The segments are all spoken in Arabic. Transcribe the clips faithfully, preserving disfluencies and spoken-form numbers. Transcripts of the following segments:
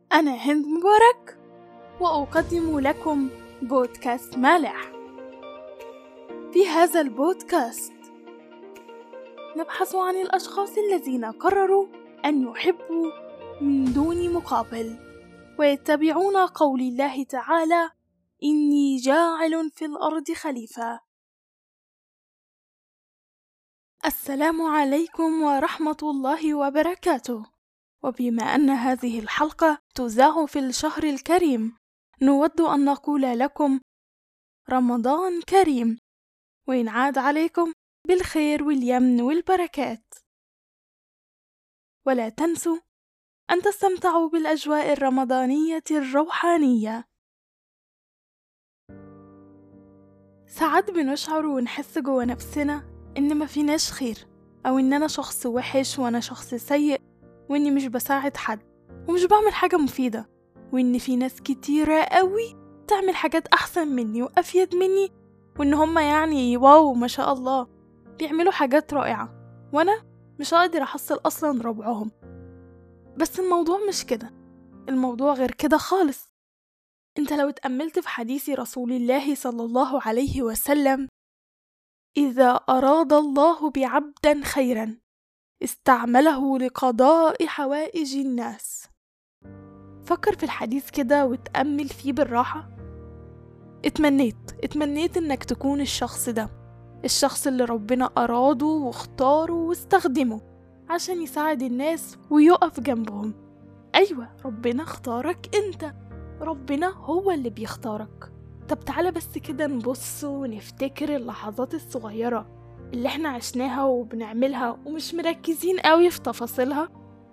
أنا هند مبارك، وأقدم لكم بودكاست مالح. في هذا البودكاست نبحث عن الأشخاص الذين قرروا أن يحبوا من دون مقابل، ويتبعون قول الله تعالى: إني جاعل في الأرض خليفة. السلام عليكم ورحمة الله وبركاته. وبما أن هذه الحلقة تذاع في الشهر الكريم، نود أن نقول لكم رمضان كريم، وينعاد عليكم بالخير واليمن والبركات. ولا تنسوا أن تستمتعوا بالأجواء الرمضانية الروحانية. ساعات بنشعر ونحس جوا نفسنا إن ما فيناش خير، أو إن أنا شخص وحش وأنا شخص سيء، وإني مش بساعد حد ومش بعمل حاجة مفيدة، وإن في ناس كتيرة قوي تعمل حاجات أحسن مني وأفيد مني، وإن هما يعني واو ما شاء الله بيعملوا حاجات رائعة، وأنا مش قادر أحصل أصلا ربعهم. بس الموضوع مش كده، الموضوع غير كده خالص. انت لو اتأملت في حديث رسول الله صلى الله عليه وسلم: إذا أراد الله بعبدا خيرا استعمله لقضاء حوائج الناس. فكر في الحديث كده وتأمل فيه بالراحة. اتمنيت اتمنيت انك تكون الشخص ده، الشخص اللي ربنا أراده واختاره واستخدمه عشان يساعد الناس ويقف جنبهم. أيوة، ربنا اختارك انت، ربنا هو اللي بيختارك. طب تعالى بس كده نبص ونفتكر اللحظات الصغيرة اللي احنا عشناها وبنعملها ومش مركزين قوي في تفاصيلها.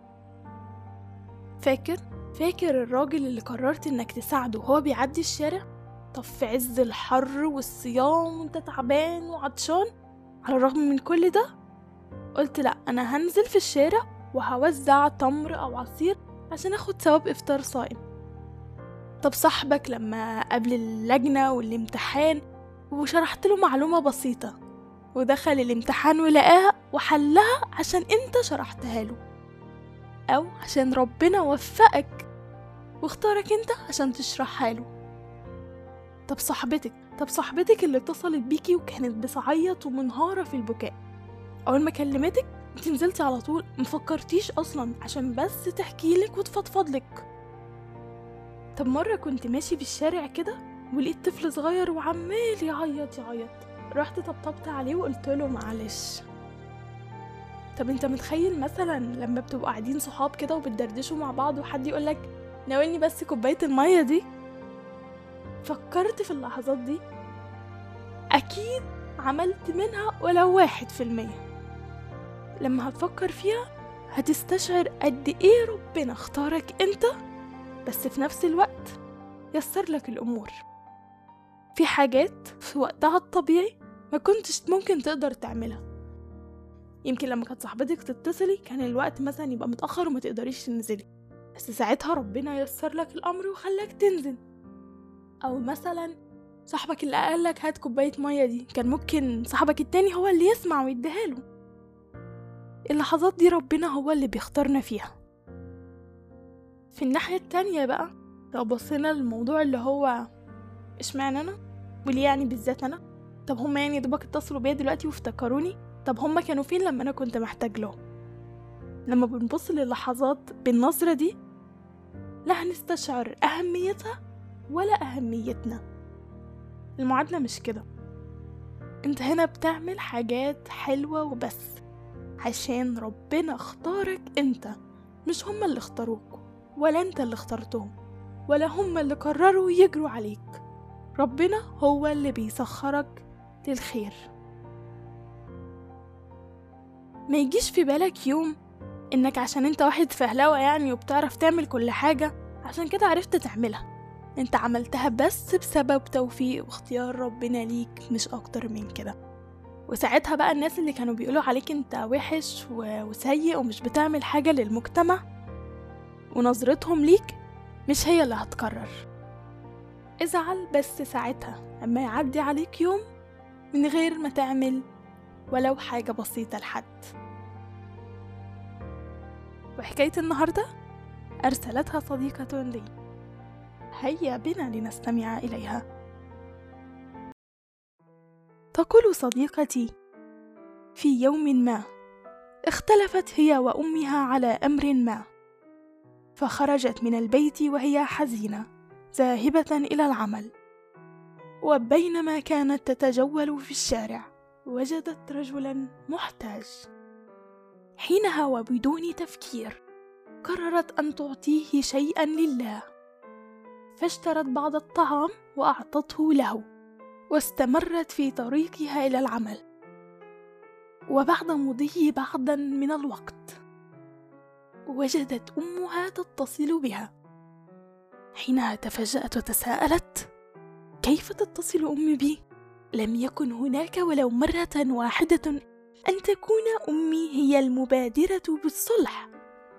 فاكر فاكر الراجل اللي قررت انك تساعده وهو بيعدي الشارع؟ طب في عز الحر والصيام وانت تعبان وعطشان، على الرغم من كل ده قلت لا، انا هنزل في الشارع وهوزع تمر او عصير عشان اخد ثواب افطار صائم. طب صاحبك لما قبل اللجنة والامتحان وشرحت له معلومة بسيطة ودخل الامتحان ولقاها وحلها عشان انت شرحتها له، او عشان ربنا وفقك واختارك انت عشان تشرحها له. طب صاحبتك طب صاحبتك اللي اتصلت بيكي وكانت بتعيط ومنهارة في البكاء، اول ما كلمتك انت نزلتي على طول، مفكرتيش اصلا عشان بس تحكيلك وتفضفضلك. طب مرة كنت ماشي في الشارع كده ولقيت طفل صغير وعمال يعيط يعيط رحت طبطبت عليه وقلت له معلش. طب انت متخيل مثلا لما بتبقوا قاعدين صحاب كده وبتدردشوا مع بعض وحد يقولك ناولني بس كوباية المية دي؟ فكرت في اللحظات دي؟ أكيد عملت منها ولو واحد في المية. لما هتفكر فيها هتستشعر قد ايه ربنا اختارك انت، بس في نفس الوقت يسر لك الأمور. في حاجات في وقتها الطبيعي ما كنتش ممكن تقدر تعملها. يمكن لما كانت صاحبتك تتصلي كان الوقت مثلا يبقى متأخر وما تقدريش تنزلي، بس ساعتها ربنا يسر لك الأمر وخلاك تنزل. أو مثلا صاحبك اللي قالك هات كوباية مية دي، كان ممكن صاحبك التاني هو اللي يسمع ويديها له. اللحظات دي ربنا هو اللي بيختارنا فيها. في الناحية التانية بقى، لو بصينا للموضوع اللي هو اشمعنى أنا وليه يعني بالذات أنا؟ طب هما يعني دوبك اتصلوا بيا دلوقتي وافتكروني؟ طب هما كانوا فين لما أنا كنت محتاج لهم؟ لما بنبص للحظات بالنظرة دي لا هنستشعر أهميتها ولا أهميتنا. المعادلة مش كده. انت هنا بتعمل حاجات حلوة وبس عشان ربنا اختارك انت، مش هما اللي اختاروك، ولا انت اللي اخترتهم، ولا هما اللي قرروا يجروا عليك. ربنا هو اللي بيسخرك للخير. ما يجيش في بالك يوم انك عشان انت واحد فهلوة يعني وبتعرف تعمل كل حاجة عشان كده عرفت تعملها. انت عملتها بس بسبب توفيق واختيار ربنا ليك، مش اكتر من كده. وساعتها بقى الناس اللي كانوا بيقولوا عليك انت وحش وسيء ومش بتعمل حاجة للمجتمع ونظرتهم ليك مش هي اللي هتكرر. ازعل بس ساعتها لما يعدي عليك يوم من غير ما تعمل ولو حاجة بسيطة لحد. وحكاية النهاردة أرسلتها صديقة لي. هيا بنا لنستمع إليها. تقول صديقتي: في يوم ما اختلفت هي وأمها على أمر ما، فخرجت من البيت وهي حزينة ذاهبة إلى العمل، وبينما كانت تتجول في الشارع وجدت رجلا محتاج. حينها وبدون تفكير قررت أن تعطيه شيئا لله، فاشترت بعض الطعام وأعطته له، واستمرت في طريقها إلى العمل. وبعد مضي بعضا من الوقت وجدت أمها تتصل بها. حينها تفاجأت وتساءلت: كيف تتصل أمي بي؟ لم يكن هناك ولو مرة واحدة أن تكون أمي هي المبادرة بالصلح.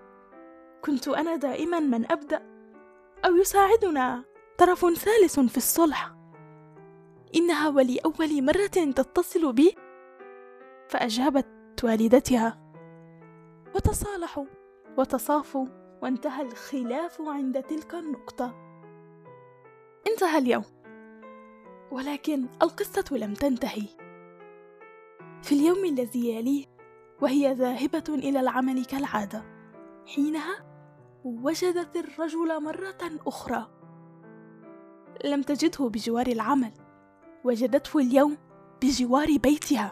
كنت أنا دائما من أبدأ أو يساعدنا طرف ثالث في الصلح، إنها ولأول مرة تتصل بي. فأجابت والدتها، وتصالحوا وتصافوا، وانتهى الخلاف عند تلك النقطة. انتهى اليوم، ولكن القصة لم تنتهي. في اليوم الذي يليه وهي ذاهبة إلى العمل كالعادة، حينها وجدت الرجل مرة أخرى. لم تجده بجوار العمل، وجدته اليوم بجوار بيتها.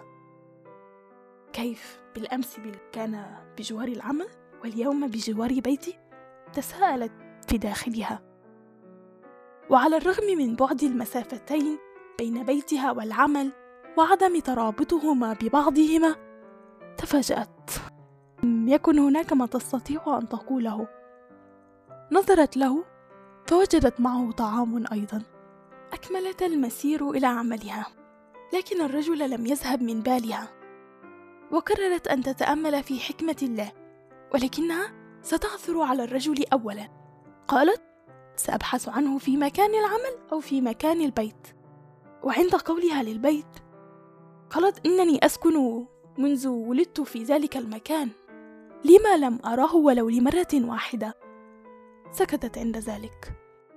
كيف بالأمس كان بجوار العمل واليوم بجوار بيتي؟ تساءلت في داخلها. وعلى الرغم من بعد المسافتين بين بيتها والعمل وعدم ترابطهما ببعضهما، تفاجأت. لم يكن هناك ما تستطيع أن تقوله. نظرت له فوجدت معه طعام أيضا. أكملت المسير إلى عملها، لكن الرجل لم يذهب من بالها، وقررت أن تتأمل في حكمة الله، ولكنها ستعثر على الرجل أولا. قالت: سأبحث عنه في مكان العمل أو في مكان البيت. وعند قولها للبيت قالت: إنني أسكن منذ ولدت في ذلك المكان، لما لم أراه ولو لمرة واحدة؟ سكتت عند ذلك.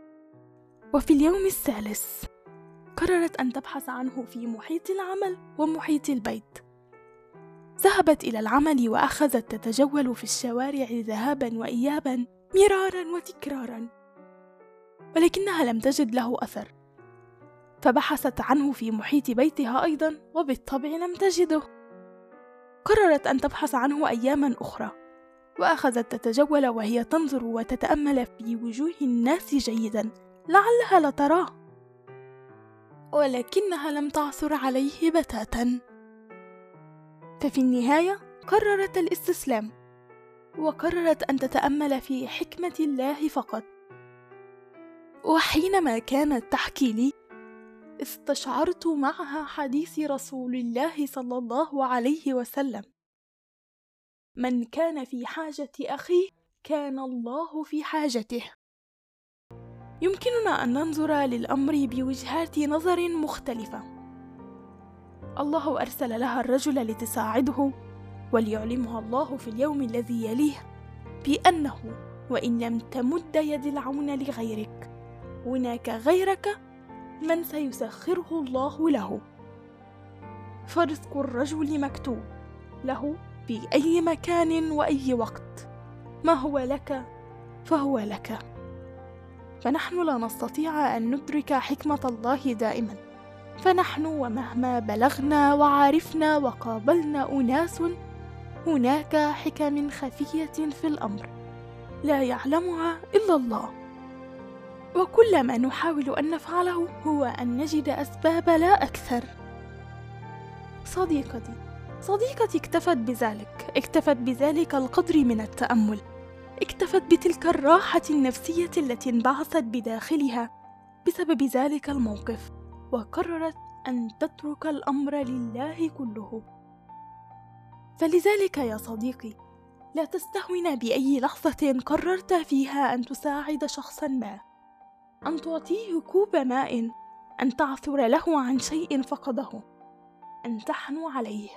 وفي اليوم الثالث قررت أن تبحث عنه في محيط العمل ومحيط البيت. ذهبت إلى العمل وأخذت تتجول في الشوارع ذهابا وإيابا مرارا وتكرارا، ولكنها لم تجد له أثر. فبحثت عنه في محيط بيتها أيضا، وبالطبع لم تجده. قررت أن تبحث عنه أياما أخرى، وأخذت تتجول وهي تنظر وتتأمل في وجوه الناس جيدا لعلها لتراه، ولكنها لم تعثر عليه بتاتا. ففي النهاية قررت الاستسلام، وقررت أن تتأمل في حكمة الله فقط. وحينما كانت تحكي لي استشعرت معها حديث رسول الله صلى الله عليه وسلم: من كان في حاجة أخيه كان الله في حاجته. يمكننا أن ننظر للأمر بوجهات نظر مختلفة. الله أرسل لها الرجل لتساعده، وليعلمها الله في اليوم الذي يليه بأنه وإن لم تمد يد العون لغيرك، هناك غيرك من سيسخره الله له. فرزق الرجل مكتوب له في أي مكان وأي وقت. ما هو لك فهو لك. فنحن لا نستطيع أن ندرك حكمة الله دائما، فنحن ومهما بلغنا وعرفنا وقابلنا أناس، هناك حكم خفية في الأمر لا يعلمها إلا الله. وكل ما نحاول أن نفعله هو أن نجد أسباب لا أكثر. صديقتي صديقتي اكتفت بذلك اكتفت بذلك القدر من التأمل، اكتفت بتلك الراحة النفسية التي انبعثت بداخلها بسبب ذلك الموقف، وقررت أن تترك الأمر لله كله. فلذلك يا صديقي، لا تستهون بأي لحظة قررت فيها أن تساعد شخصا ما، أن تعطيه كوب ماء، أن تعثر له عن شيء فقده، أن تحنو عليه.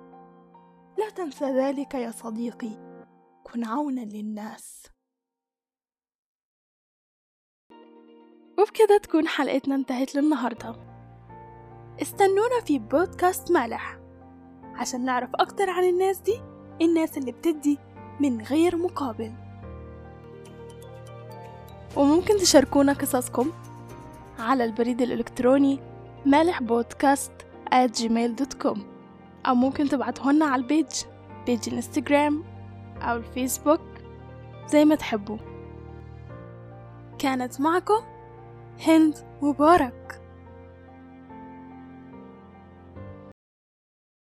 لا تنسى ذلك يا صديقي، كن عونا للناس. وبكده تكون حلقتنا انتهت للنهاردة. استنونا في بودكاست مالح عشان نعرف أكتر عن الناس دي، الناس اللي بتدي من غير مقابل. وممكن تشاركونا قصصكم على البريد الإلكتروني مالح بودكاست آت جيميل دوت كوم، أو ممكن تبعتوهن على البيج بيج الانستجرام أو الفيسبوك زي ما تحبوا. كانت معكم هند مبارك.